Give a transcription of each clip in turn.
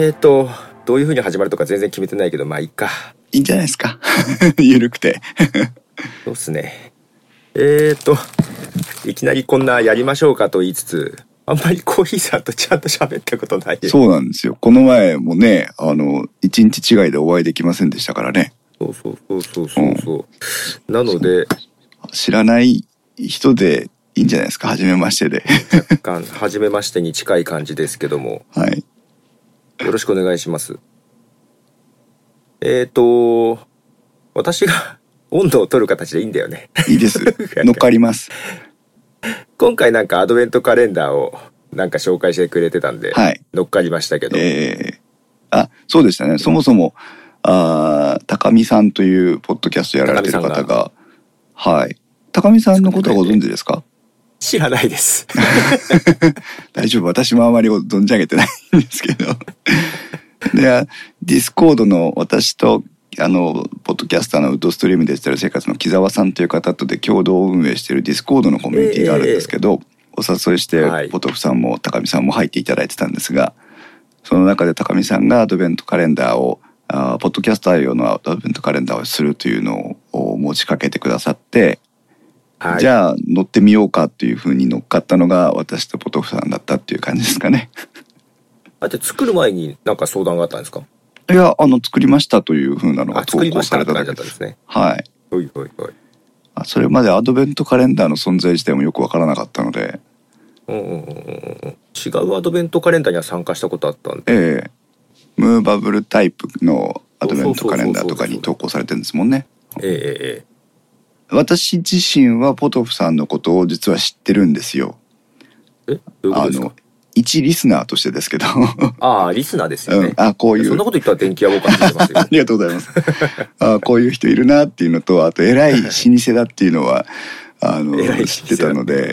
どういう風に始まるとか全然決めてないけど、まあいいか。 いいんじゃないですか。ゆるくて。 そうっすね。いきなりこんなやりましょうかと言いつつ、あんまりコーヒーさんとちゃんと喋ったことない。 そうなんですよ。この前もね、一日違いでお会いできませんでしたからね。 そう。なので知らない人でいいんじゃないですか。初めましてで。 若干初めましてに近い感じですけども、 はい。 よろしくお願いします。私が温度を取る形でいいんだよね。 いいです。乗っかります。 今回なんかアドベントカレンダーをなんか紹介してくれてたんで、 はい、 乗っかりましたけど。 そうでしたね。そもそも高見さんというポッドキャストやられてる方が、はい。高見さんのことはご存知ですか？ 知らないです。 大丈夫。私もあまり存じ上げてないんですけど。で、ディスコードの私とポッドキャスターのウッドストリームデジタル生活の木澤さんという方とで共同運営しているディスコードのコミュニティがあるんですけど、お誘いして、ポトフさんも高見さんも入っていただいてたんですが、その中で高見さんがアドベントカレンダーをポッドキャスター用のアドベントカレンダーをするというのを持ちかけてくださって、はい、じゃあ乗ってみようかっていうふうに乗っかったのが私とポトフさんだったっていう感じですかね。 だって作る前になんか相談があったんですか？ いや、作りましたというふうなのが投稿されただけだったんですね。 はい。それまでアドベントカレンダーの存在自体もよくわからなかったので、 違うアドベントカレンダーには参加したことあったんで、 ムーバブルタイプのアドベントカレンダーとかに投稿されてるんですもんね。私自身はポトフさんのことを実は知ってるんですよ。 どういうことですか？ 一リスナーとしてですけど。 ああ、リスナーですよね。 こういう。 そんなこと言ったら電気屋ウォーカーに出てますよ。 ありがとうございます。こういう人いるなっていうのと、あと偉い老舗だっていうのは知ってたので、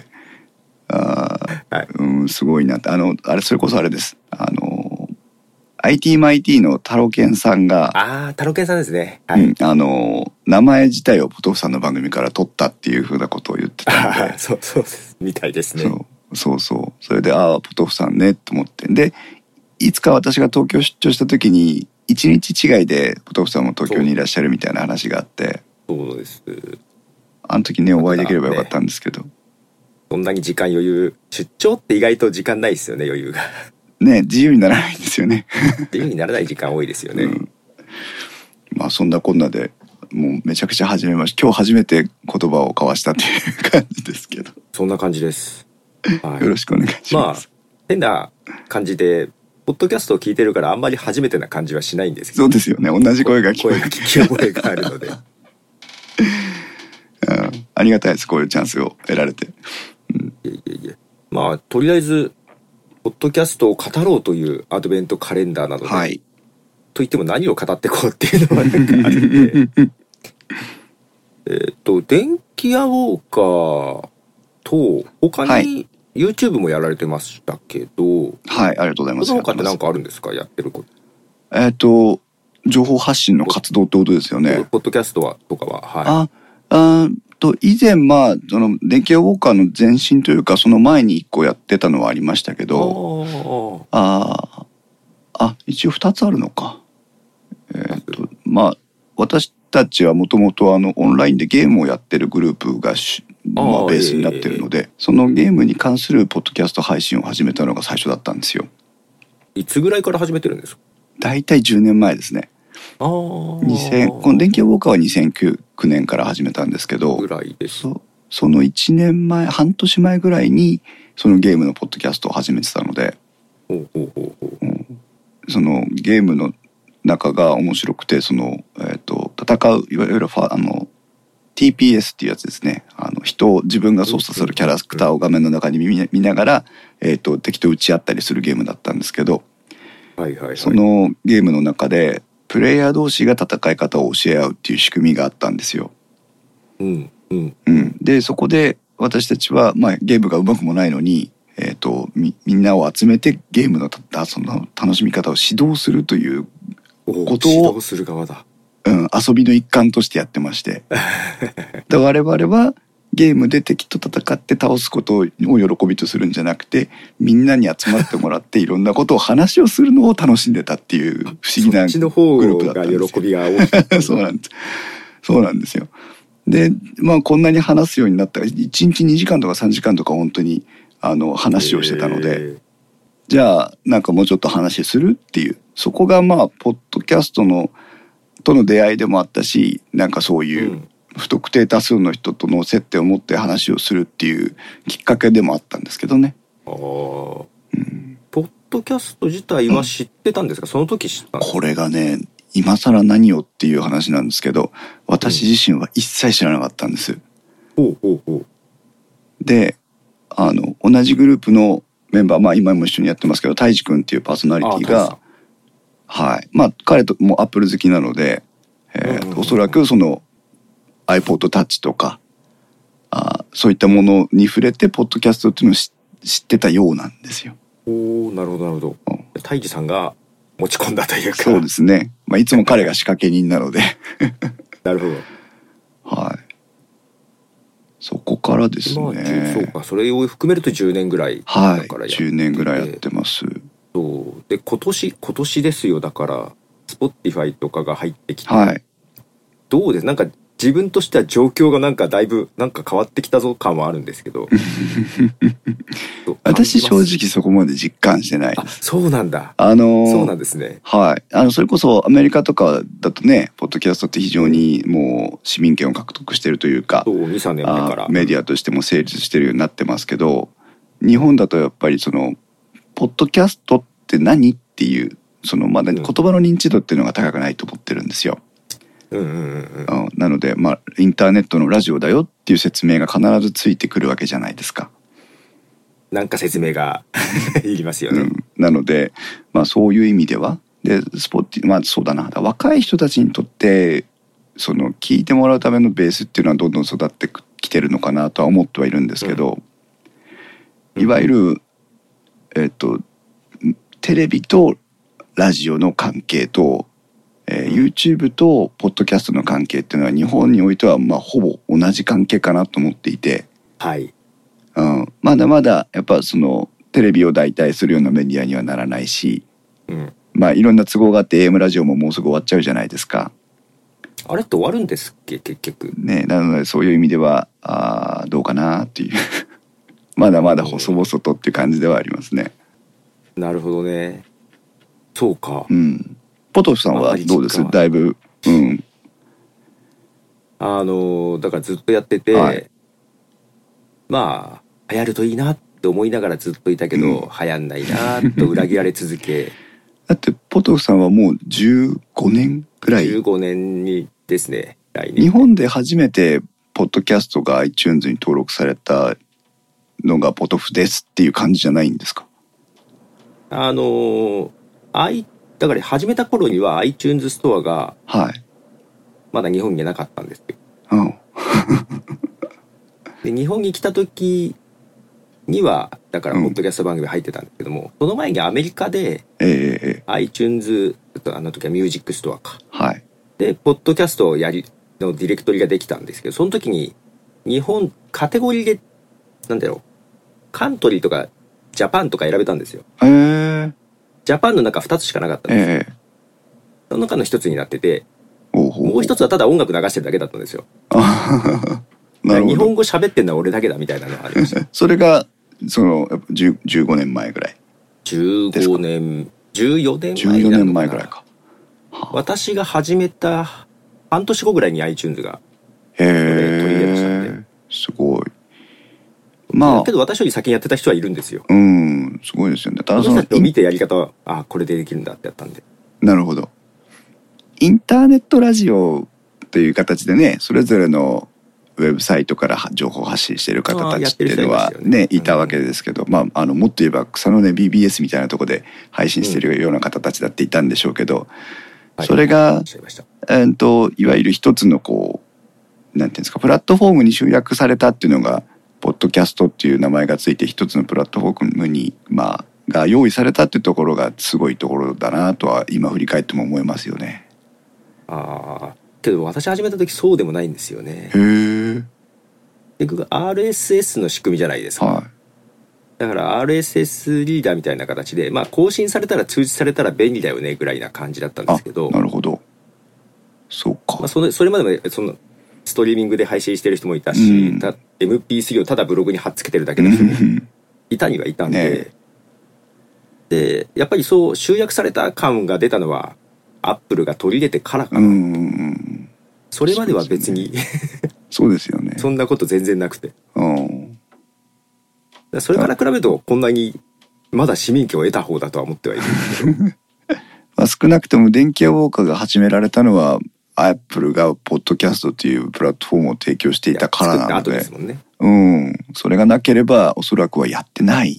すごいなって。それこそあれです。IT マイティのタロケンさんが、 タロケンさんですね。はい。 名前自体をポトフさんの番組から取ったっていうふうなことを言ってたんで。 そうですみたいですね。 そう。それでポトフさんねと思って、でいつか私が東京出張した時に一日違いでポトフさんも東京にいらっしゃるみたいな話があって、 そうです。 あの時ねお会いできればよかったんですけど、 そんなに時間余裕、出張って意外と時間ないですよね、余裕がね。自由にならないんですよね。 自由にならない時間多いですよね。 まあそんなこんなでもうめちゃくちゃ初めまして、今日初めて言葉を交わしたっていう感じですけど。 そんな感じです。 はい、よろしくお願いします。 変な感じでポッドキャストを聞いてるからあんまり初めてな感じはしないんですけど。 そうですよね。同じ声が聞こえる。 聞き覚えがあるので。 ありがたいです。こういうチャンスを得られて。 まあとりあえずポッドキャストを語ろうというアドベントカレンダーなので、 はい、 といっても何を語っていこうっていうのはなんかあるんで電気屋ウォーカーと他に YouTube もやられてましたけど、 はい、ありがとうございます。 その他って何かあるんですか、やってること？ 情報発信の活動ってことですよね。 ポッドキャストとかは、 以前その電気屋ウォーカーの前身というかその前に1個やってたのはありましたけど、一応2つあるのか。私たちはもともとオンラインでゲームをやってるグループがベースになってるので、そのゲームに関するポッドキャスト配信を始めたのが最初だったんですよ。 いつぐらいから始めてるんですか？ だいたい10年前ですね。この電気屋ウォーカーは2009年から始めたんですけど、 ぐらいです。 その1年前半年前ぐらいにそのゲームのポッドキャストを始めてたので、そのゲームの中が面白くて、戦ういわゆるTPS っていうやつですね。自分が操作するキャラクターを画面の中に見ながら、敵と打ち合ったりするゲームだったんですけど、そのゲームの中でプレイヤー同士が戦い方を教え合うっていう仕組みがあったんですよ。でそこで私たちは、ゲームがうまくもないのに、みんなを集めてゲームのその楽しみ方を指導するということを指導する側だ。 遊びの一環としてやってましてで我々はゲームで敵と戦って倒すことを喜びとするんじゃなくて、みんなに集まってもらっていろんなことを話をするのを楽しんでたっていう不思議なグループだったんですよ。 そっちの方が喜びが多いそうなんです。そうなんですよ。で、まあこんなに話すようになったら1日2時間とか3時間とか本当に話をしてたので、じゃあなんかもうちょっと話するっていう、そこがまあポッドキャストとの出会いでもあったし、なんかそういう不特定多数の人との接点を持って話をするっていうきっかけでもあったんですけどね。 ポッドキャスト自体は知ってたんですか、その時知ったんですか？ これがね、今更何をっていう話なんですけど、私自身は一切知らなかったんです。で、同じグループのメンバー、まあ今も一緒にやってますけど、たいじくんっていうパーソナリティが、はい、まあ彼ともアップル好きなので、おそらくその iPod Touch とかそういったものに触れてポッドキャストっていうのを知ってたようなんですよ。 おお、なるほどなるほど。たいじさんが持ち込んだというか。 そうですね。まあいつも彼が仕掛け人なので。 なるほど。はい。 そこからですね。 そうか、それを含めると10年ぐらいだからやってて。 はい、10年ぐらいやってます。 そうで今年ですよ。だから Spotify とかが入ってきて、 はい、 どうです？なんか自分としては状況がなんかだいぶなんか変わってきたぞ感はあるんですけど私正直そこまで実感してないです。 そうなんだ。そうなんですね。 はい。それこそアメリカとかだとね、ポッドキャストって非常にもう市民権を獲得してるというか、 そう2、3年前からメディアとしても成立してるようになってますけど、日本だとやっぱりそのポッドキャストって何っていうそのまだ言葉の認知度っていうのが高くないと思ってるんですよ。なので、まあ、インターネットのラジオだよっていう説明が必ずついてくるわけじゃないですか。 なんか説明がいりますよね。 なので、まあ、そういう意味ではでまあそうだな、若い人たちにとってその聞いてもらうためのベースっていうのはどんどん育ってきてるのかなとは思ってはいるんですけど、いわゆる、テレビとラジオの関係とYouTube とポッドキャストの関係っていうのは日本においてはまあほぼ同じ関係かなと思っていて、 はい、 まだまだやっぱそのテレビを代替するようなメディアにはならないし、まあいろんな都合があって AM ラジオももうすぐ終わっちゃうじゃないですか。 あれって終わるんですっけ結局ね。なのでそういう意味ではどうかなっていうまだまだ細々とっていう感じではありますね。 なるほどね。そうか。 ポトフさんはどうです？だいぶ、 だからずっとやってて、はい、まあ流行るといいなって思いながらずっといたけど、流行んないなと裏切られ続けだってポトフさんはもう15年くらい 15年にですね、来年日本で初めてポッドキャストが iTunes に登録されたのがポトフですっていう感じじゃないんですか？ だから始めた頃には iTunes ストアがまだ日本になかったんですよ。で日本に来た時にはだからポッドキャスト番組入ってたんですけども、その前にアメリカで iTunes あの時はミュージックストアか、でポッドキャストをのディレクトリができたんですけど、その時に日本カテゴリーでなんだろう、カントリーとかジャパンとか選べたんですよ。ジャパンの中2つしかなかったんですよ。その中の1つになってて、もう1つはただ音楽流してるだけだったんですよ。日本語喋ってんのは俺だけだみたいなのがありました。 それがその15年前ぐらい。 15年14年前 14年前ぐらいか。 私が始めた半年後ぐらいに iTunes が取り入れましたんで。 すごい。 まあけど私より先にやってた人はいるんですよ。 すごいですよね。 私たちを見てやり方はこれでできるんだってやったんで。 なるほど。インターネットラジオという形でね、それぞれのウェブサイトから情報発信している方たちっていうのはね、いたわけですけど、もっと言えば草の根 BBS みたいなところで配信しているような方たちだっていたんでしょうけど、それがいわゆる一つのこうなんていうんですか、プラットフォームに集約されたっていうのがポッドキャストっていう名前がついて一つのプラットフォームにが用意されたっていうところがすごいところだなとは今振り返っても思いますよね。 けど私始めた時そうでもないんですよね。 結局 RSS の仕組みじゃないですか。はい、だから RSS リーダーみたいな形で、まあ更新されたら通知されたら便利だよねぐらいな感じだったんですけど。 なるほど。そうか。 まあ、それまでもそのストリーミングで配信してる人もいたし、MP3 をただブログに貼っつけてるだけの人もいたにはいたんで、ね、でやっぱりそう集約された感が出たのはアップルが取り入れてからかな。それまでは別にそうですよね。 そんなこと全然なくて、それから比べるとこんなにまだ市民権を得た方だとは思ってはいるんですけどまあ少なくとも電気屋ウォーカーが始められたのはアップルがポッドキャストというプラットフォームを提供していたからなので、ですもんね、それがなければおそらくはやってない。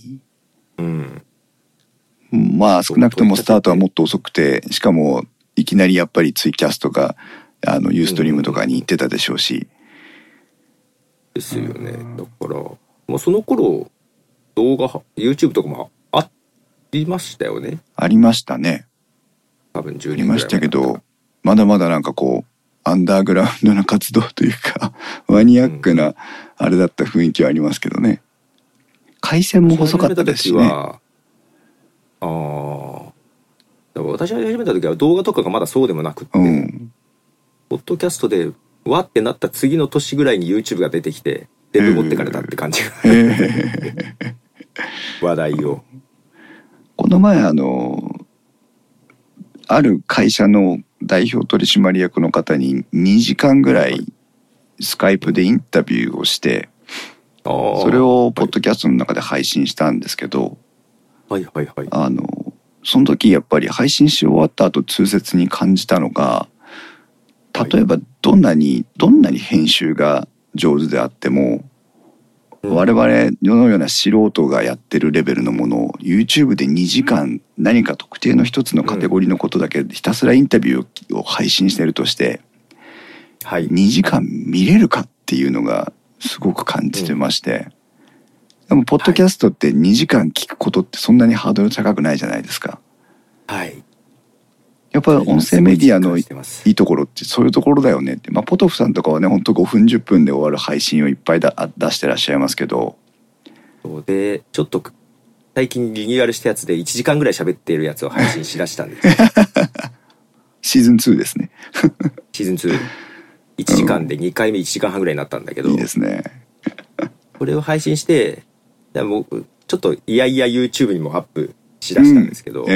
まあ少なくともスタートはもっと遅くて、しかもいきなりやっぱりツイキャスとかユーストリームとかに行ってたでしょうし。 ですよね。だからもうその頃動画 YouTube とかもありましたよね。 ありましたね。 多分10年ぐらいありましたけど、まだまだなんかこうアンダーグラウンドな活動というかマニアックなあれだった雰囲気はありますけどね。回線も細かったですしね。 私が始めた時は動画とかがまだそうでもなくって、ポッドキャストでわってなった次の年ぐらいに YouTube が出てきて全部持ってかれたって感じが、話題を。 この前ある会社の代表取締役の方に2時間ぐらいスカイプでインタビューをして、それをポッドキャストの中で配信したんですけど、その時やっぱり配信し終わった後痛切に感じたのが、例えばどんなに編集が上手であっても、我々のような素人がやってるレベルのものを YouTube で2時間何か特定の一つのカテゴリーのことだけひたすらインタビューを配信してるとして、2時間見れるかっていうのがすごく感じてまして、でもポッドキャストって2時間聞くことってそんなにハードル高くないじゃないですか。やっぱり音声メディアのいいところってそういうところだよねって、ポトフさんとかはね、ほんと5分10分で終わる配信をいっぱい出してらっしゃいますけど、 そうでちょっと最近リニューアルしたやつで1時間ぐらい喋っているやつを配信しだしたんですシーズン2ですねシーズン2、1時間で2回目1時間半ぐらいになったんだけど、 いいですねこれを配信してもうちょっといやいや YouTube にもアップしだしたんですけど、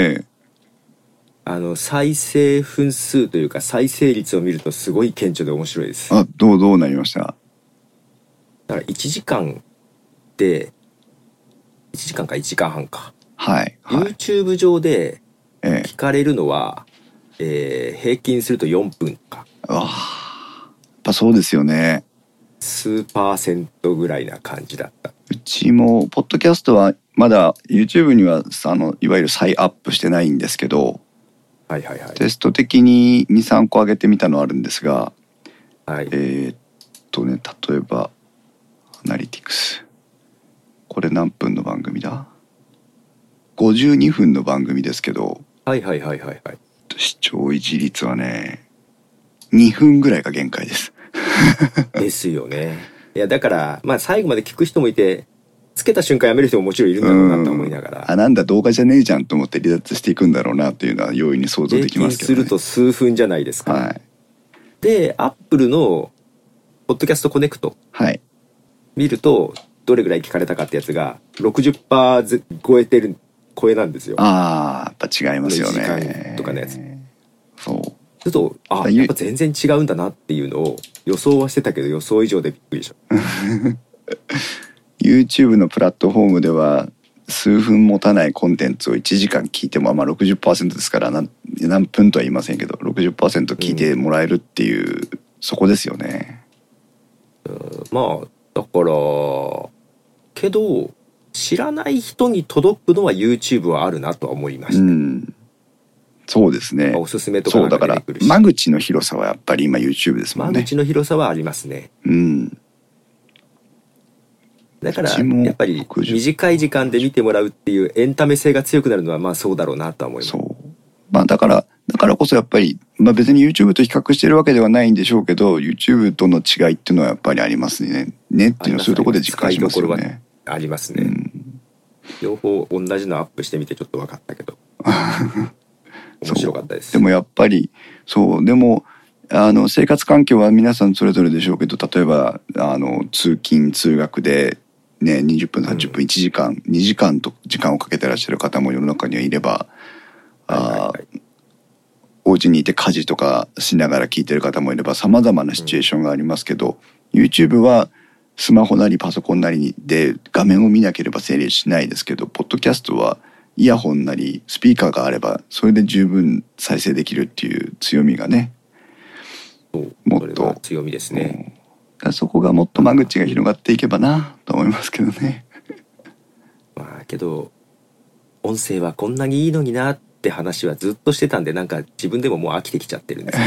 再生分数というか再生率を見るとすごい顕著で面白いです。 どうなりました？だから1時間で1時間か1時間半か、YouTube 上で聞かれるのは、平均すると4分か。 やっぱそうですよね。 数%ぐらいな感じだった。 うちもポッドキャストはまだ YouTube にはいわゆる再アップしてないんですけど、テスト的に 2,3 個上げてみたのあるんですが、例えばアナリティクス、これ何分の番組だ？52分の番組ですけど、視聴維持率はね2分ぐらいが限界ですですよね。いやだから最後まで聞く人もいて、つけた瞬間やめる人ももちろんいるんだろうなと思いながら、 なんだ動画じゃねえじゃんと思って離脱していくんだろうなというのは容易に想像できますけどね。 平均すると数分じゃないですか。でアップルのポッドキャストコネクト見るとどれぐらい聞かれたかってやつが 60% 超えなんですよ。 やっぱ違いますよね。 1時間とかのやつ。そうするとやっぱ全然違うんだなっていうのを予想はしてたけど予想以上でびっくりした YouTube のプラットフォームでは数分持たないコンテンツを1時間聞いても60% ですから、何分とは言いませんけど 60% 聞いてもらえるっていう、そこですよね。 だからけど知らない人に届くのは YouTube はあるなとは思いました。 そうですね。 おすすめとかなんか出てくるし、 間口の広さはやっぱり今 YouTube ですもんね。 間口の広さはありますね。だからやっぱり短い時間で見てもらうっていうエンタメ性が強くなるのはそうだろうなとは思います。 だからからこそやっぱり、別に YouTube と比較してるわけではないんでしょうけど、 YouTube との違いっていうのはやっぱりありますねっていうのはそういうところで実感しますよね。 ありますね、両方同じのアップしてみてちょっと分かったけど面白かったです。 でもやっぱりでも生活環境は皆さんそれぞれでしょうけど、例えば通勤通学でね、20分30分1時間、2時間と時間をかけてらっしゃる方も世の中にはいれば、お家にいて家事とかしながら聞いてる方もいれば、さまざまなシチュエーションがありますけど、YouTube はスマホなりパソコンなりで画面を見なければ成立しないですけど、ポッドキャストはイヤホンなりスピーカーがあればそれで十分再生できるっていう強みがね、もっと強みですね。 そこがもっと間口が広がっていけばなと思いますけどね。 けど音声はこんなにいいのになって話はずっとしてたんで、なんか自分でももう飽きてきちゃってるんです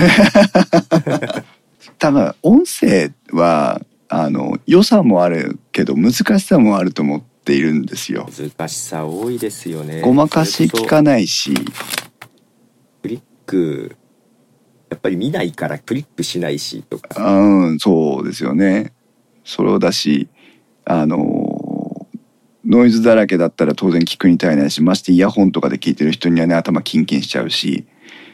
多分音声は良さもあるけど難しさもあると思っているんですよ。 難しさ多いですよね。 ごまかし聞かないし、 クリックやっぱり見ないからクリックしないしとか、 そうですよね。それをだしノイズだらけだったら当然聞くに耐えないし、ましてイヤホンとかで聞いてる人にはね、頭キンキンしちゃうし、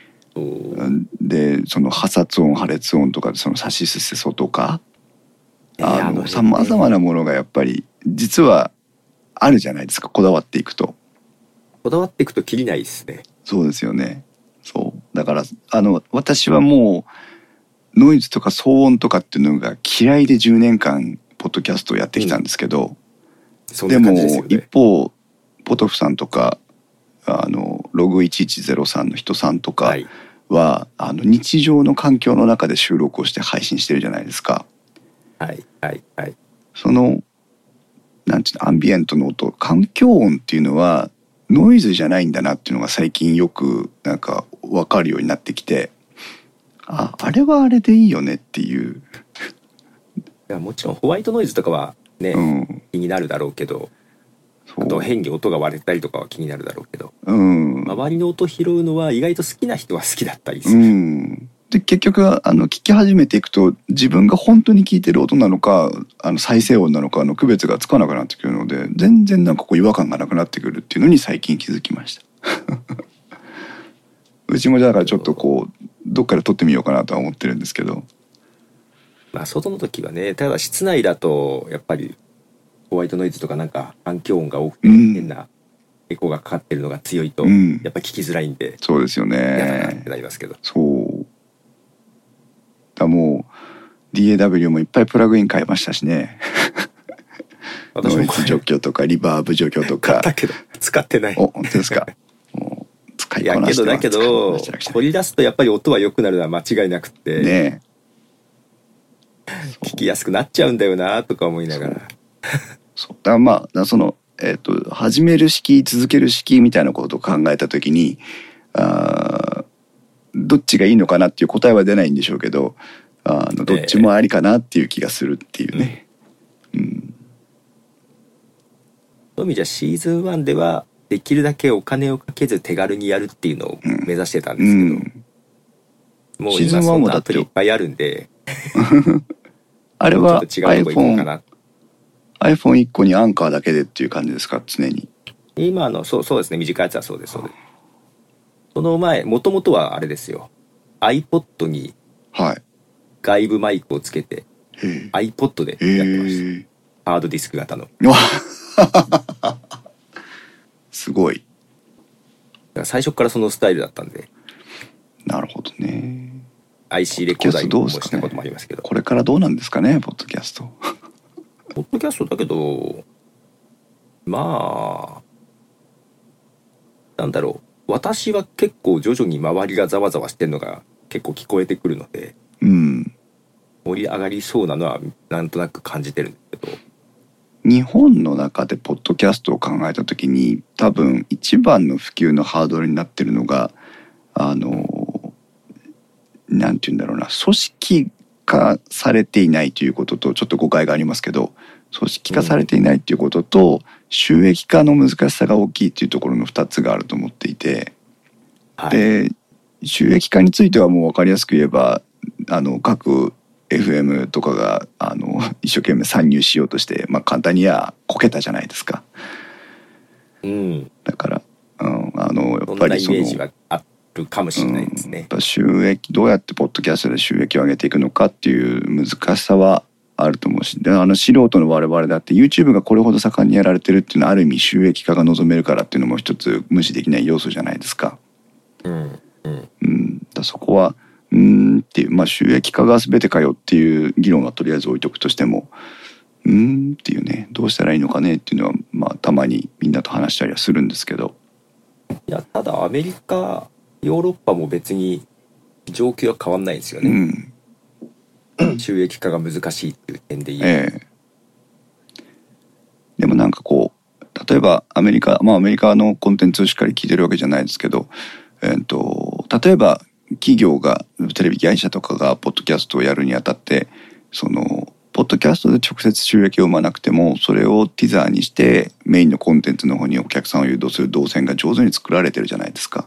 でその破殺音破裂音とかそのさしすせそとかさまざまなものがやっぱり実はあるじゃないですか。こだわっていくとキリないですね。 そうですよね。そうだから私はもうノイズとか騒音とかっていうのが嫌いで10年間ポッドキャストをやってきたんですけど、でも一方ポトフさんとかログ1103の人さんとかは、日常の環境の中で収録をして配信してるじゃないですか。そのなんていうの、アンビエントの音、環境音っていうのはノイズじゃないんだなっていうのが最近よくなんか分かるようになってきて、あれはあれでいいよねっていう。 いやもちろんホワイトノイズとかはね、気になるだろうけど、あと変に音が割れたりとかは気になるだろうけど、周りの音拾うのは意外と好きな人は好きだったりする。 で結局聞き始めていくと自分が本当に聞いてる音なのか再生音なのかの区別がつかなくなってくるので、全然なんか違和感がなくなってくるっていうのに最近気づきましたうちもだからちょっとどっかで撮ってみようかなとは思ってるんですけど、 外の時はね、ただ室内だとやっぱりホワイトノイズとかなんか環境音が多くて変なエコーがかかってるのが強いと、やっぱ聞きづらいんで、 そうですよね、 嫌だなってなりますけど。 そうだ、もう DAW もいっぱいプラグイン買いましたしねノイズ除去とかリバーブ除去とか。 だけど使ってない。 本当ですか。もう使いこなしてます。 だけど掘り出すとやっぱり音は良くなるのは間違いなくてね、聞きやすくなっちゃうんだよなとか思いながら。 そうだその始める式続ける式みたいなことを考えた時にどっちがいいのかなっていう答えは出ないんでしょうけど、どっちもありかなっていう気がするっていうね。そういう意味じゃシーズン1ではできるだけお金をかけず手軽にやるっていうのを目指してたんですけど、もう今そんなアプリいっぱいあるんであれはちょっと違うとこ行こうかな。 iPhone1 個にアンカーだけでっていう感じですか、常に。 今そうですね、短いやつはそうです。その前もともとはあれですよ、 iPod に外部マイクをつけて、iPod でやってました。ハードディスク型のすごい。だから最初からそのスタイルだったんで。 なるほどね。 IC レコーダーもしたこともありますけど、 これからどうなんですかね、ポッドキャストポッドキャストだけどなんだろう、私は結構徐々に周りがざわざわしてるのが結構聞こえてくるので、盛り上がりそうなのはなんとなく感じてるんですけど、 日本の中でポッドキャストを考えた時に多分一番の普及のハードルになってるのがなんて言うんだろうな、組織化されていないということと、ちょっと誤解がありますけど、組織化されていないということと、収益化の難しさが大きいというところの2つがあると思っていて、で収益化についてはもう分かりやすく言えば各 FM とかが一生懸命参入しようとして、簡単にはこけたじゃないですか。だから、やっぱりそんなイメージはあるかもしれないですね。 収益どうやってポッドキャストで収益を上げていくのかっていう難しさはあると思うし、で素人の我々だって YouTube がこれほど盛んにやられてるっていうのはある意味収益化が望めるからっていうのも一つ無視できない要素じゃないですか。だそこはっていう、収益化が全てかよっていう議論はとりあえず置いとくとしてもっていうね、どうしたらいいのかねっていうのはたまにみんなと話したりはするんですけど、 いやただアメリカヨーロッパも別に状況は変わんないですよね。収益化が難しいっていう点で言う、 でもなんかこう例えばアメリカのコンテンツをしっかり聞いてるわけじゃないですけど、例えば企業がテレビ会社とかがポッドキャストをやるにあたってポッドキャストで直接収益を生まなくてもそれをティザーにしてメインのコンテンツの方にお客さんを誘導する動線が上手に作られてるじゃないですか。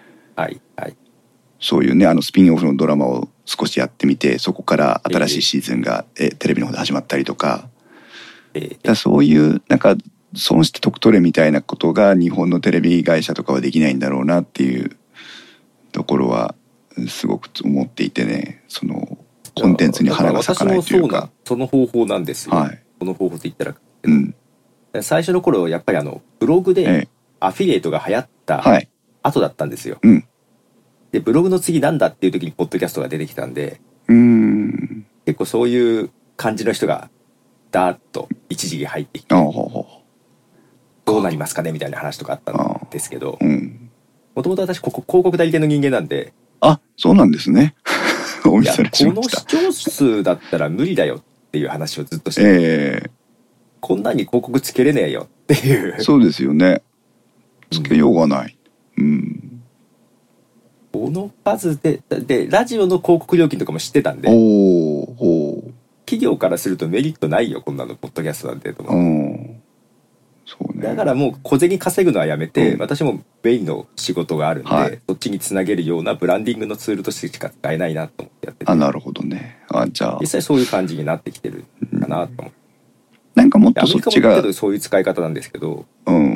そういうねスピンオフのドラマを少しやってみてそこから新しいシーズンが、テレビの方で始まったりとか、だそういうなんか損して得取れみたいなことが日本のテレビ会社とかはできないんだろうなっていうところはすごく思っていてね、コンテンツに花が咲かないというか。 その方法なんですよ、その方法と言ったら、最初の頃やっぱりブログでアフィリエイトが流行った後だったんですよ、でブログの次なんだっていう時にポッドキャストが出てきたんで、結構そういう感じの人がダーッと一時期入ってきてどうなりますかねみたいな話とかあったんですけど、もともと私広告代理店の人間なんで、 そうなんですねお見それしました。 この視聴数だったら無理だよっていう話をずっとして、こんなに広告つけれねえよっていうそうですよね、つけようがない、 この数でラジオの広告料金とかも知ってたんで、企業からするとメリットないよこんなのポッドキャストなんてと思う。そうね、だからもう小銭稼ぐのはやめて、私もメインの仕事があるんで、そっちにつなげるようなブランディングのツールとしてしか使えないなと思ってやってて、 なるほどね。じゃあ実際そういう感じになってきてるかなと思って、 なんかもっとそっちがアメリカもそういう使い方なんですけど、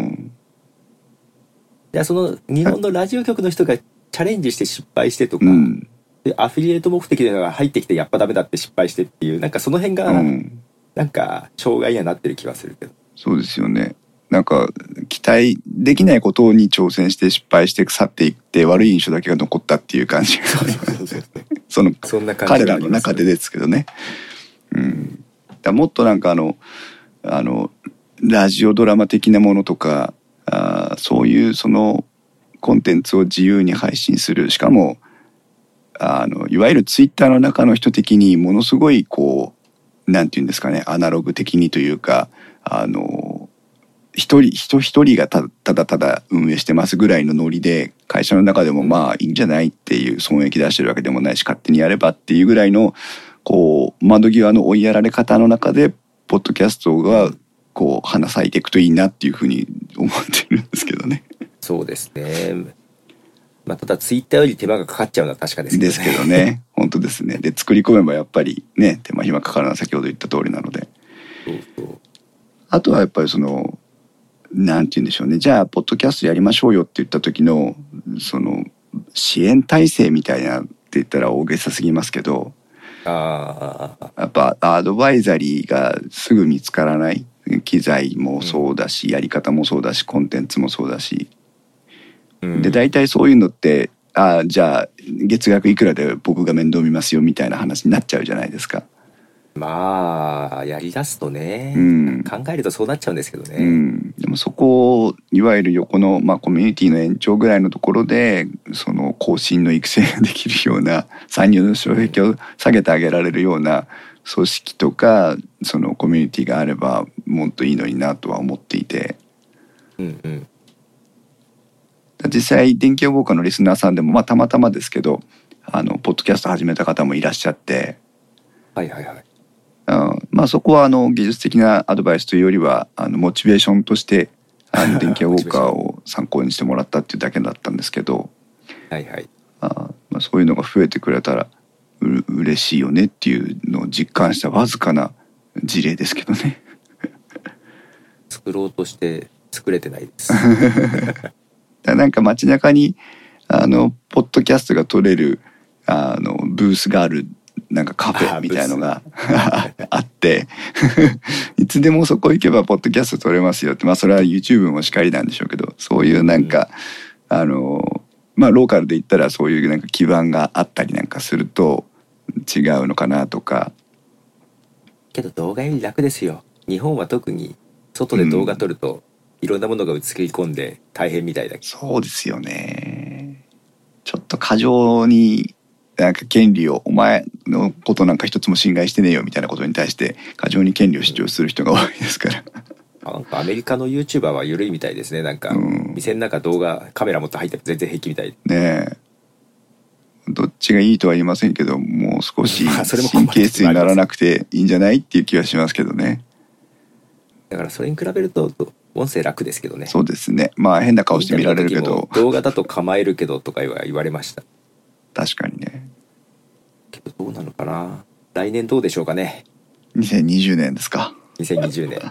じゃあその日本のラジオ局の人がチャレンジして失敗してとか、でアフィリエイト目的で入ってきてやっぱダメだって失敗してっていう、なんかその辺がなんか障害にはなってる気はするけど。 そうですよね。なんか期待できないことに挑戦して失敗して去っていって悪い印象だけが残ったっていう感じがそんな彼らの中でですけどね。だもっとなんかラジオドラマ的なものとかそういうコンテンツを自由に配信する、しかもいわゆるツイッターの中の人的にものすごいこうなんていうんですかね、アナログ的にというか人一人がただ運営してますぐらいのノリで会社の中でもいいんじゃないっていう、損益出してるわけでもないし勝手にやればっていうぐらいのこう窓際の追いやられ方の中でポッドキャストがこう花咲いていくといいなっていうふうに思ってるんですけどね。 そうですね。ただツイッターより手間がかかっちゃうのは確かですけどね。本当ですね。で作り込めばやっぱりね手間暇かかるのは先ほど言った通りなので。あとはやっぱりなんて言うんでしょうね。じゃあポッドキャストやりましょうよって言った時の支援体制みたいなって言ったら大げさすぎますけど、やっぱアドバイザリーがすぐ見つからない。機材もそうだし、やり方もそうだし、コンテンツもそうだし、で大体そういうのってじゃあ月額いくらで僕が面倒見ますよみたいな話になっちゃうじゃないですか。 やりだすとね、考えるとそうなっちゃうんですけどね、 でもそこをいわゆる横の、コミュニティの延長ぐらいのところで後進の育成ができるような、参入の障壁を下げてあげられるような組織とかコミュニティがあればもっといいのになとは思っていて、実際電気予報課のリスナーさんでもたまたまですけどポッドキャスト始めた方もいらっしゃって、そこは技術的なアドバイスというよりはモチベーションとして電気予報課を参考にしてもらったっていうだけだったんですけど、 まあ、そういうのが増えてくれたら嬉しいよねっていうのを実感したわずかな事例ですけどね。 作ろうとして作れてないですなんか街中にポッドキャストが撮れるブースがあるなんかカフェみたいのがあっていつでもそこ行けばポッドキャスト撮れますよって、まあそれは YouTube もしかりなんでしょうけど、そういうなんか、まあローカルで言ったらそういうなんか基盤があったりなんかすると違うのかなとか。 けど動画より楽ですよ。日本は特に外で動画撮ると、いろんなものが映り込んで大変みたいだけど。 そうですよね。ちょっと過剰になんか権利をお前のことなんか一つも侵害してねえよみたいなことに対して過剰に権利を主張する人が多いですからなんかアメリカの YouTuber は緩いみたいですね。なんか店の中動画カメラ持って入っても全然平気みたいねえ。どっちがいいとは言いませんけど、もう少し神経質にならなくていいんじゃないっていう気はしますけどね。 だからそれに比べると音声楽ですけどね。 そうですね。まあ変な顔して見られるけど動画だと構えるけどとか言われました。 確かにね。 けどどうなのかな。来年どうでしょうかね。 2020年ですか。 2020年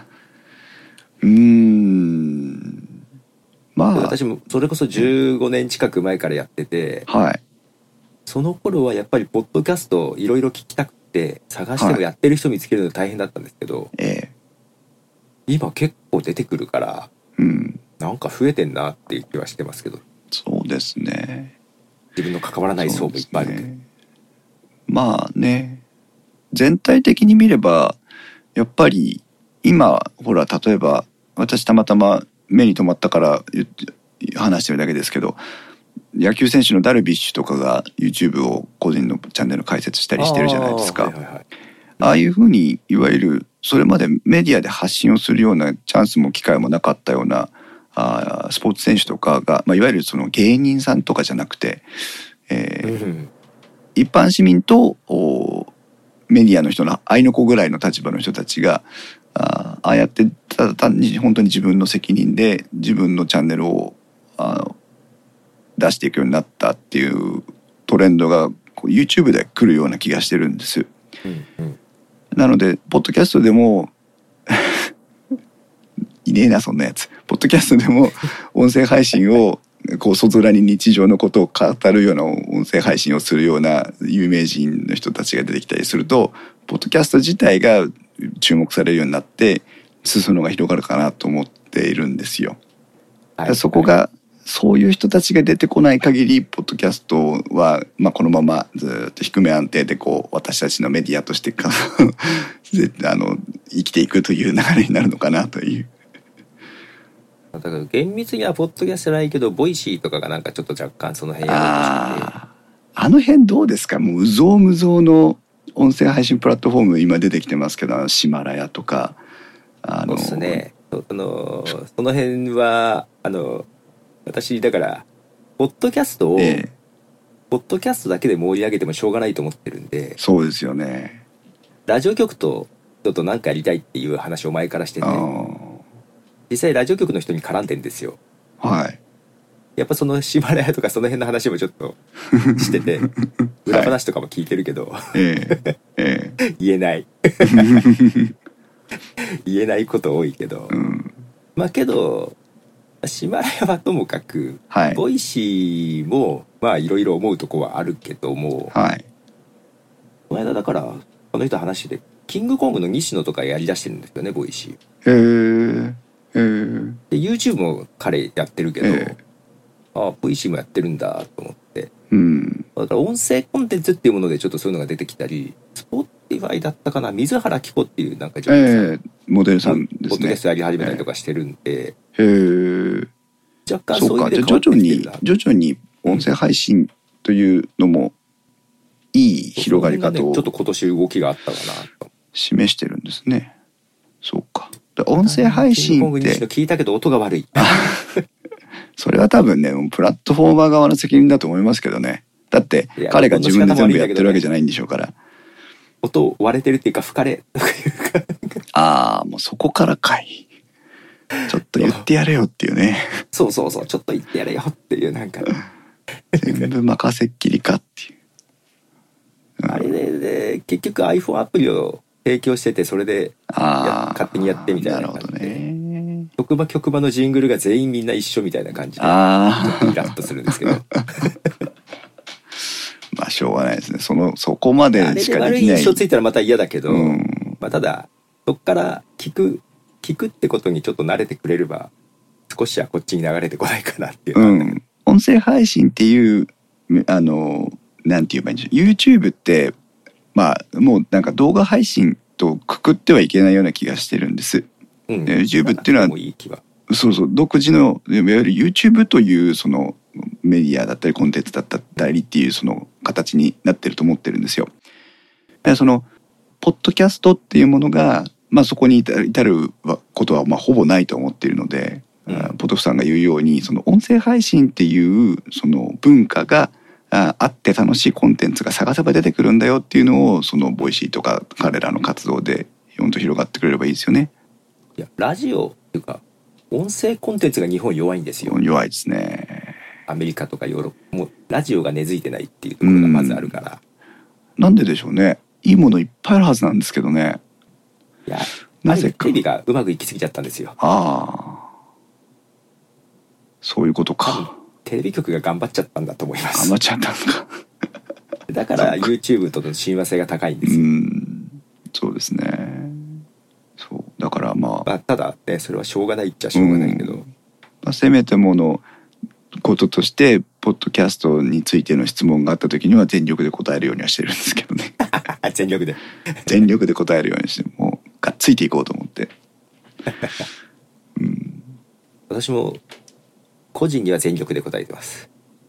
まあ私もそれこそ15年近く前からやってて、 はい、 その頃はやっぱりポッドキャストいろいろ聞きたくて探してもやってる人見つけるの大変だったんですけど、今結構出てくるから、なんか増えてんなっていう気はしてますけど。 そうですね。 自分の関わらない層もいっぱいあるけど、 まあね、全体的に見ればやっぱり今ほら例えば私たまたま目に留まったから話してるだけですけど、野球選手のダルビッシュとかが YouTube を個人のチャンネル開設したりしてるじゃないですか。ああいうふうにいわゆるそれまでメディアで発信をするようなチャンスも機会もなかったようなスポーツ選手とかが、まあ、いわゆるその芸人さんとかじゃなくて、一般市民とメディアの人の合いの子ぐらいの立場の人たちがああやってただ単に本当に自分の責任で自分のチャンネルを出していくようになったっていうトレンドが YouTube で来るような気がしてるんです。なのでポッドキャストでもいねえなそんなやつ。ポッドキャストでも音声配信をこう外面に日常のことを語るような音声配信をするような有名人の人たちが出てきたりすると、ポッドキャスト自体が注目されるようになって裾野が広がるかなと思っているんですよ。そこがそういう人たちが出てこない限りポッドキャストは、まあ、このままずっと低め安定でこう私たちのメディアとして生きていくという流れになるのかなという。 だから厳密にはポッドキャストないけどボイシーとかがなんかちょっと若干その辺やろうとしてて、 あの辺どうですか。もう無造無造の音声配信プラットフォーム今出てきてますけど、シマラヤとかそうですね。その辺は私だからポッドキャストを、ポッドキャストだけで盛り上げてもしょうがないと思ってるんで。そうですよね。ラジオ局と人と何かやりたいっていう話を前からしてて、実際ラジオ局の人に絡んでんですよ。はい。やっぱそのシマラヤとかその辺の話もちょっとしてて裏話とかも聞いてるけど、言えない言えないこと多いけど、まあけどシマラヤはともかく、ボイシーもまあいろいろ思うとこはあるけども、この間だからこの人話しててキングコングの西野とかやりだしてるんですよね、ボイシー。で YouTube も彼やってるけど、ボイシーもやってるんだと思って、だから音声コンテンツっていうものでちょっとそういうのが出てきたり、スポティファイだったかな、水原希子っていうなんか女優さん、モデルさんですね、ポッドキャストやり始めたりとかしてるんで、若干そういう意味で変わってきてるな。 徐々に音声配信というのもいい広がり方を、 ちょっと今年動きがあったかなと示してるんですね。そうか。音声配信って聞いたけど音が悪いそれは多分ねプラットフォーマー側の責任だと思いますけどね。だって彼が自分で全部やってるわけじゃないんでしょうから。 音割れてるっていうか吹かれとかいうかもうそこからかい。ちょっと言ってやれよっていうねそうちょっと言ってやれよっていうなんか全部任せっきりかっていう、 あれで結局 iPhone アプリを提供してて、それで勝手にやってみたいな感じで、ね、局場のジングルが全員みんな一緒みたいな感じでイラッとするんですけどまあしょうがないですね。そこまでしかできない。あれで悪い印象ついたらまた嫌だけど、まあ、ただそっから聞くってことにちょっと慣れてくれれば少しはこっちに流れてこないかなっていう、 音声配信っていうなんて言えばいいんでしょう。 YouTube ってまあもうなんか動画配信とくくってはいけないような気がしてるんです。YouTube っていうのはそう独自のいわゆる YouTube というそのメディアだったりコンテンツだったりっていうその形になってると思ってるんですよ。そのポッドキャストっていうものが、まあ、そこに至ることはまあほぼないと思っているので、ポトフさんが言うようにその音声配信っていうその文化があって楽しいコンテンツが探せば出てくるんだよっていうのをそのボイシーとか彼らの活動でほんと広がってくれればいいですよね。 いやラジオっていうか音声コンテンツが日本弱いんですよ。 弱いですね。 アメリカとかヨーロッパもラジオが根付いてないっていうところがまずあるから、 なんででしょうね。いいものいっぱいあるはずなんですけどね。 いやなぜかテレビがうまくいきすぎちゃったんですよ。 そういうことか。 テレビ局が頑張っちゃったんだと思います。 頑張っちゃったんかだから YouTube との親和性が高いんですよ。 そうですね。そうだからまあただねそれはしょうがないっちゃしょうがないけど、 せめてものこととしてポッドキャストについての質問があった時には全力で答えるようにはしてるんですけどね全力で答えるようにしてもうがっついていこうと思って私も個人には全力で答えてます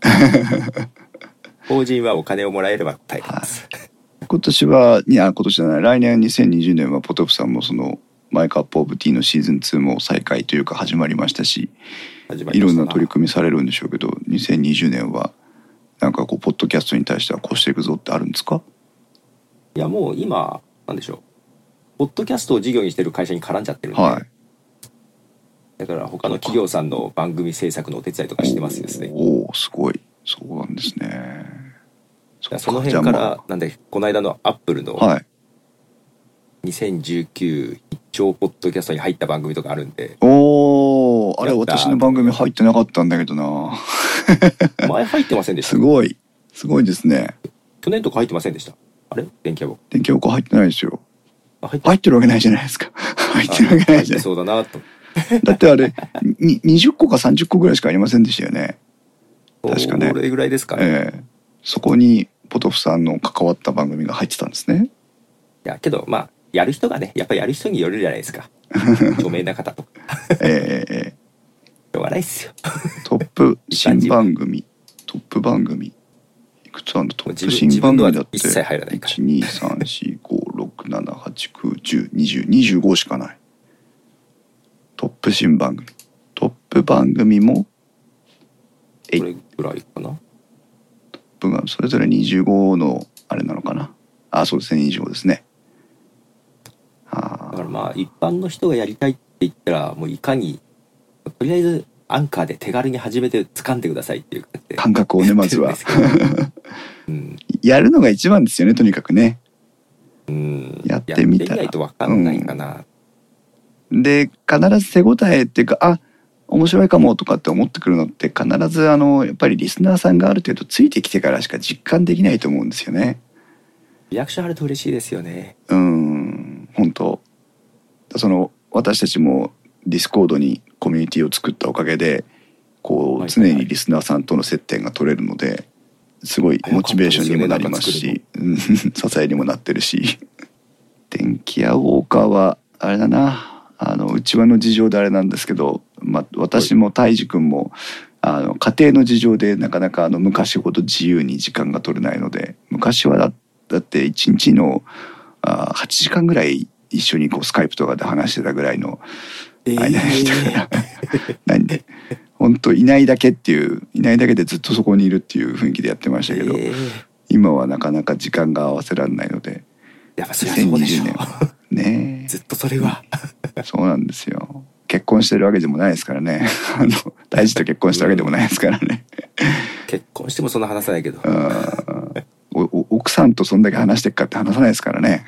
法人はお金をもらえれば答えてます、 今年じゃない来年2020年はポトフさんもそのマイカップオブティーのシーズン2も再開というか始まりましたし、いろんな取り組みされるんでしょうけど、2020年はなんかこうポッドキャストに対してはこうしていくぞってあるんですか？ いやもう今なんでしょう、ポッドキャストを事業にしてる会社に絡んじゃってるんで、だから他の企業さんの番組制作のお手伝いとかしてますですね。 おおすごい。そうなんですね。 その辺からなんでこの間のアップルの2019一丁ポッドキャストに入った番組とかあるんで、 あれ私の番組入ってなかったんだけどな前入ってませんでした？ すごいですね。 去年とか入ってませんでした？あれ電気屋ウォ入ってないですよ。入ってるわけないじゃないですか入ってるわけないじゃない。 そうだなとだってあれ20個か30個ぐらいしかありませんでしたよね確かね。 これぐらいですかね、 そこにポトフさんの関わった番組が入ってたんですね。 いやけどまあやる人がねやっぱりやる人によるじゃないですか著名な方とかしょうがないっすよトップ新番組いくつあるの？トップ新番組だって一切入らないから 1,2,3,4,5,6,7,8,9,10,20,25 しかない。トップ新番組トップ番組もこれぐらいかな。 トップがそれぞれ25のあれなのかな。そうですね25ですね。 だからまあ一般の人がやりたいって言ったらもういかにとりあえずアンカーで手軽に始めて掴んでくださいっていう感覚をねまずはやるのが一番ですよねとにかくね。やってみたらやってみないと分かんないかな、 で必ず手応えっていうか面白いかもとかって思ってくるのって必ずやっぱりリスナーさんがある程度ついてきてからしか実感できないと思うんですよね。 リアクションあると嬉しいですよね。 本当その私たちもディスコードにコミュニティを作ったおかげでこう常にリスナーさんとの接点が取れるのですごいモチベーションにもなりますし支えにもなってるし電気屋ウォーカーはあれだなうちわの事情であれなんですけど、私も泰治君も家庭の事情でなかなか昔ほど自由に時間が取れないので、昔はだって1日の8時間ぐらい一緒にこうスカイプとかで話してたぐらいの間でしたからなんで本当いないだけでずっとそこにいるっていう雰囲気でやってましたけど、今はなかなか時間が合わせられないので、 やっぱそりゃそうでしょ 2020年はねずっとそれはそうなんですよ。結婚してるわけでもないですからね大事と結婚したわけでもないですからね結婚してもそんな話さないけど。 奥さんとそんだけ話してっかって話さないですからね。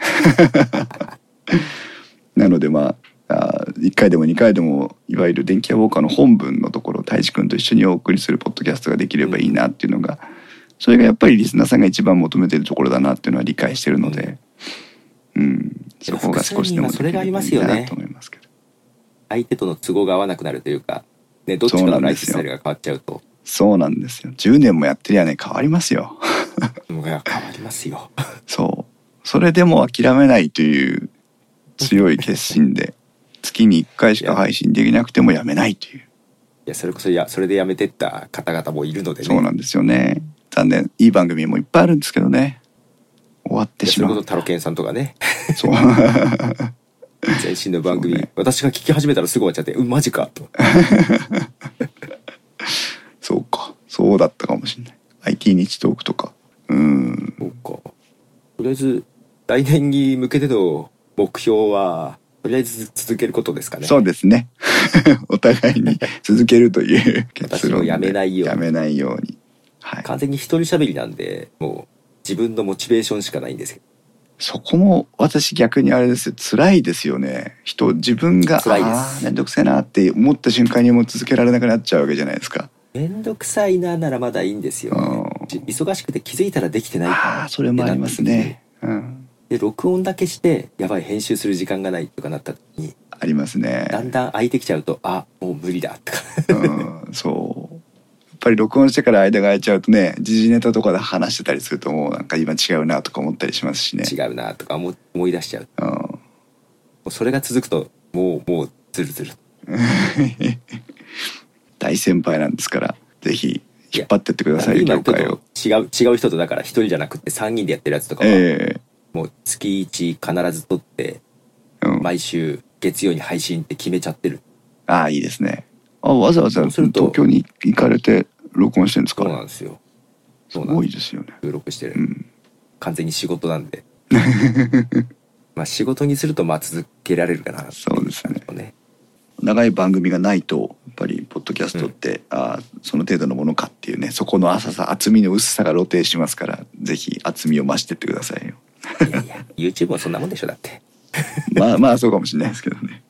なのでまあ1回でも2回でもいわゆる電気屋ウォーカーの本文のところを太一くんと一緒にお送りするポッドキャストができればいいなっていうのが、それがやっぱりリスナーさんが一番求めてるところだなっていうのは理解してるので、そこが少しでもできればいいなと思いますけど。 相手との都合が合わなくなるというか、ね、どっちかのライフスタイルが変わっちゃうと。 そうなんですよ。10年もやってりゃね、変わりますよ。 変わりますよ。 そう。それでも諦めないという強い決心で、月に1回しか配信できなくてもやめないという。 いや、それこそ、それでやめてった方々もいるのでね。 そうなんですよね。残念。いい番組もいっぱいあるんですけどね。終わってしまう。 それこそタロケンさんとかね。 そう。 最新の番組、ね、私が聞き始めたらすぐ終わっちゃって、マジかと。 そうか、そうだったかもしれない。IT 日トークとか。 そうか。とりあえず来年に向けての目標はとりあえず続けることですかね。 そうですね。お互いに続けるという結論で。私もやめないように。 やめないように。 はい。完全に一人喋りなんで、もう自分のモチベーションしかないんですけど。 そこも私逆にあれですよ、辛いですよね。自分がめんどくさいなって思った瞬間にもう続けられなくなっちゃうわけじゃないですか。 めんどくさいならまだいいんですよ、ね。忙しくて気づいたらできてない。 それもありますね。 で録音だけしてやばい編集する時間がないとかなった時にありますね。 だんだん空いてきちゃうともう無理だとか。 そう。やっぱり録音してから間が空いちゃうとね、時事ネタとかで話してたりするともうなんか今違うなとか思ったりしますしね。 違うなとか思い出しちゃう。もうそれが続くともうズルズル。 大先輩なんですからぜひ引っ張ってってください。 業界を違う人とだから1人じゃなくて3人でやってるやつとかは、もう月1必ず撮って、毎週月曜に配信って決めちゃってる。 いいですね。わざわざ東京に行かれて録音してるんですか。 そうなんですよ。 すごいですよね。 収録してる、完全に仕事なんで。まあ仕事にすると続けられるかな。 そうですね。長い番組がないとやっぱりポッドキャストって、その程度のものかっていうね、そこの浅さ、厚みの薄さが露呈しますから、ぜひ厚みを増してってくださいよ。 いや YouTube もそんなもんでしょだって。 まあそうかもしれないですけどね。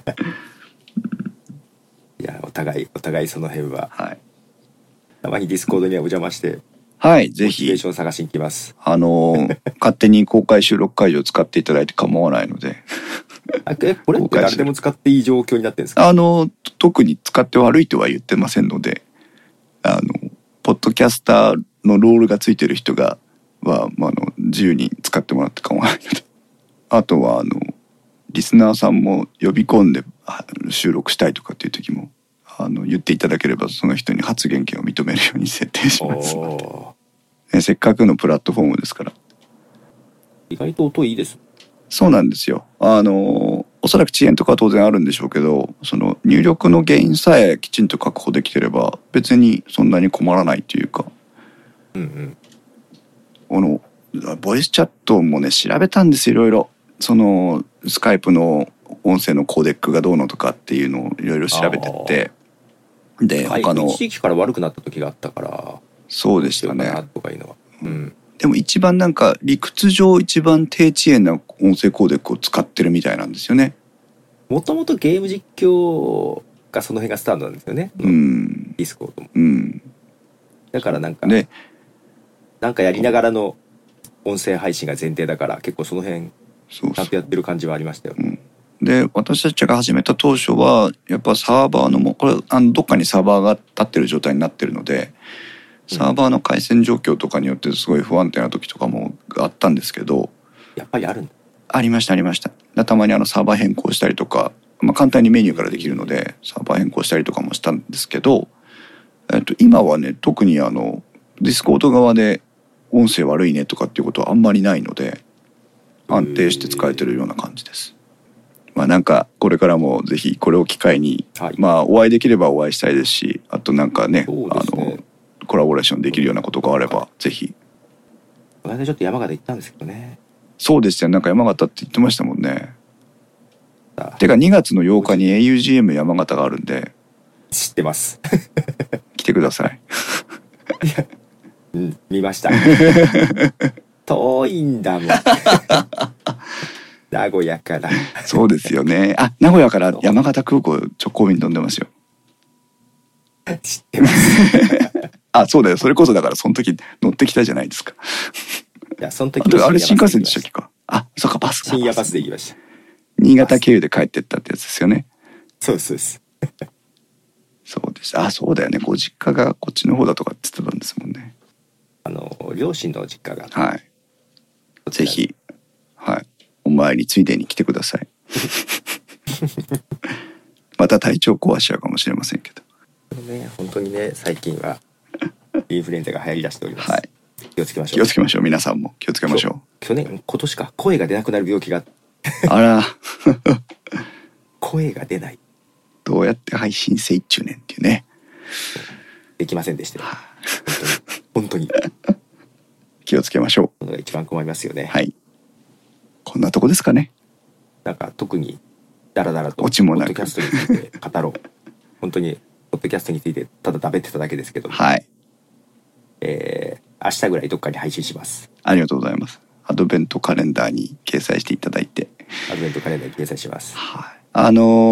いやお互いその辺は、たまにディスコードにはお邪魔して、ぜひモチベーション探しに来ます。 勝手に公開収録会場を使っていただいて構わないので。 これって誰でも使っていい状況になってるんですか。 特に使って悪いとは言ってませんので、ポッドキャスターのロールがついてる人が自由に使ってもらって構わないので。あとはリスナーさんも呼び込んで収録したいとかっていう時も言っていただければ、その人に発言権を認めるように設定します。せっかくのプラットフォームですから。 意外と音いいです。 そうなんですよ。おそらく遅延とかは当然あるんでしょうけど、その入力の原因さえきちんと確保できてれば別にそんなに困らないというか。ボイスチャットもね調べたんですよ、いろいろ。そのスカイプの音声のコーデックがどうのとかっていうのをいろいろ調べてって、で他の一時期から悪くなった時があったから。 そうでしたね。 とかいうのは、 でも一番理屈上一番低遅延な音声コーデックを使ってるみたいなんですよね。 もともとゲーム実況がその辺がスタートなんですよね。ディスコードも。だからなんかやりながらの音声配信が前提だから結構その辺ちゃんとやってる感じはありましたよ。 で私たちが始めた当初はやっぱサーバーのこれどっかにサーバーが立ってる状態になってるので、サーバーの回線状況とかによってすごい不安定な時とかもあったんですけど。 やっぱりあるんだ。 ありました。たまにサーバー変更したりとか、簡単にメニューからできるのでサーバー変更したりとかもしたんですけど、今はね特にディスコード側で音声悪いねとかっていうことはあんまりないので安定して使えてるような感じです。これからもぜひこれを機会に、お会いできればお会いしたいですし、あとコラボレーションできるようなことがあればぜひ。 この間ちょっと山形行ったんですけどね。 そうでしたよ。山形って言ってましたもんね。てか2月の8日に augm 山形があるんで。 知ってます。 来てください。 うん、見ました。遠いんだもん。名古屋から。 そうですよね。あ、名古屋から山形空港直行便飛んでますよ。 知ってます。 あ、そうだよ。それこそだからその時乗ってきたじゃないですか。 いや、その時あれ新幹線でしたっけか。あ、そうか、バス。 深夜バスで行きました。 新潟経由で帰ってったってやつですよね。 そうです、そうです。 そうです。あ、そうだよね。ご実家がこっちの方だとかって言ってたんですもんね。 両親の実家が。 はい。ぜひ、はい。お参りついでに来てください。また体調壊しちゃうかもしれませんけど。 ね、本当にね、最近はインフルエンザが流行りだしております。 はい。 気をつけましょう。 気をつけましょう。皆さんも気をつけましょう。今年か、声が出なくなる病気が。 あら。 声が出ない。 どうやって配信せいっちゅうねんっていうね。 できませんでした。本当に。 気をつけましょう。それが一番困りますよね。 はい。こんなとこですかね。 なんか特にダラダラとオチもなくポッドキャストについて語ろう。本当にポッドキャストについてただ食べてただけですけども。 はい。 明日ぐらいどっかに配信します。 ありがとうございます。アドベントカレンダーに掲載していただいて。 アドベントカレンダーに掲載します。 はい。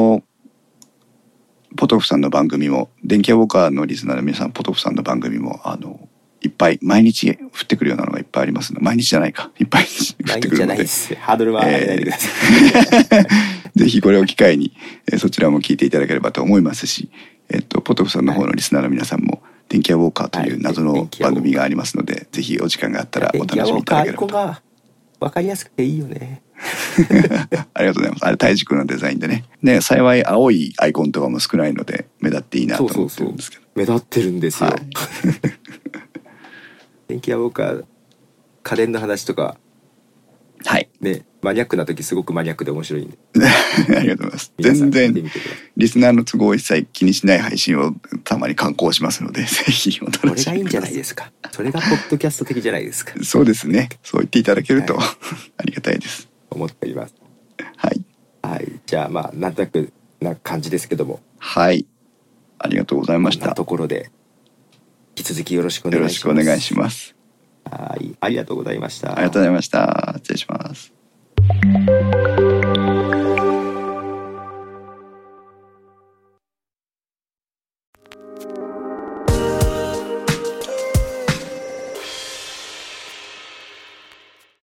ポトフさんの番組も、電気屋ウォーカーのリスナーの皆さん、ポトフさんの番組もいっぱい毎日降ってくるようなのがいっぱいありますので、毎日じゃないか、いっぱい降ってくるので。毎日じゃないです。 ハードルは上げないでください。ぜひこれを機会に、そちらも聞いていただければと思いますし、ポトフさんの方のリスナーの皆さんも、電気屋ウォーカーという謎の番組がありますので、ぜひお時間があったらお楽しみいただければと。 わかりやすくていいよね。 ありがとうございます。あれ大軸のデザインでね。ね、幸い青いアイコンとかも少ないので目立っていいなと思ってるんですけど。 目立ってるんですよ。はい、電気屋ウォーカー家電の話とか。 はい。 ね、マニアックな時すごくマニアックで面白いんで。 ありがとうございます。全然リスナーの都合を一切気にしない配信をたまに刊行しますので、ぜひお楽しみください。 これがいいんじゃないですか。それがポッドキャスト的じゃないですか。 そうですね。そう言っていただけると、はい、ありがたいです。 思っております。 はい。 はい。じゃあまあなんとなくな感じですけども。 はい。ありがとうございました。 こんなところで引き続きよろしくお願いします。 よろしくお願いします。 はい。ありがとうございました。 ありがとうございました。失礼します。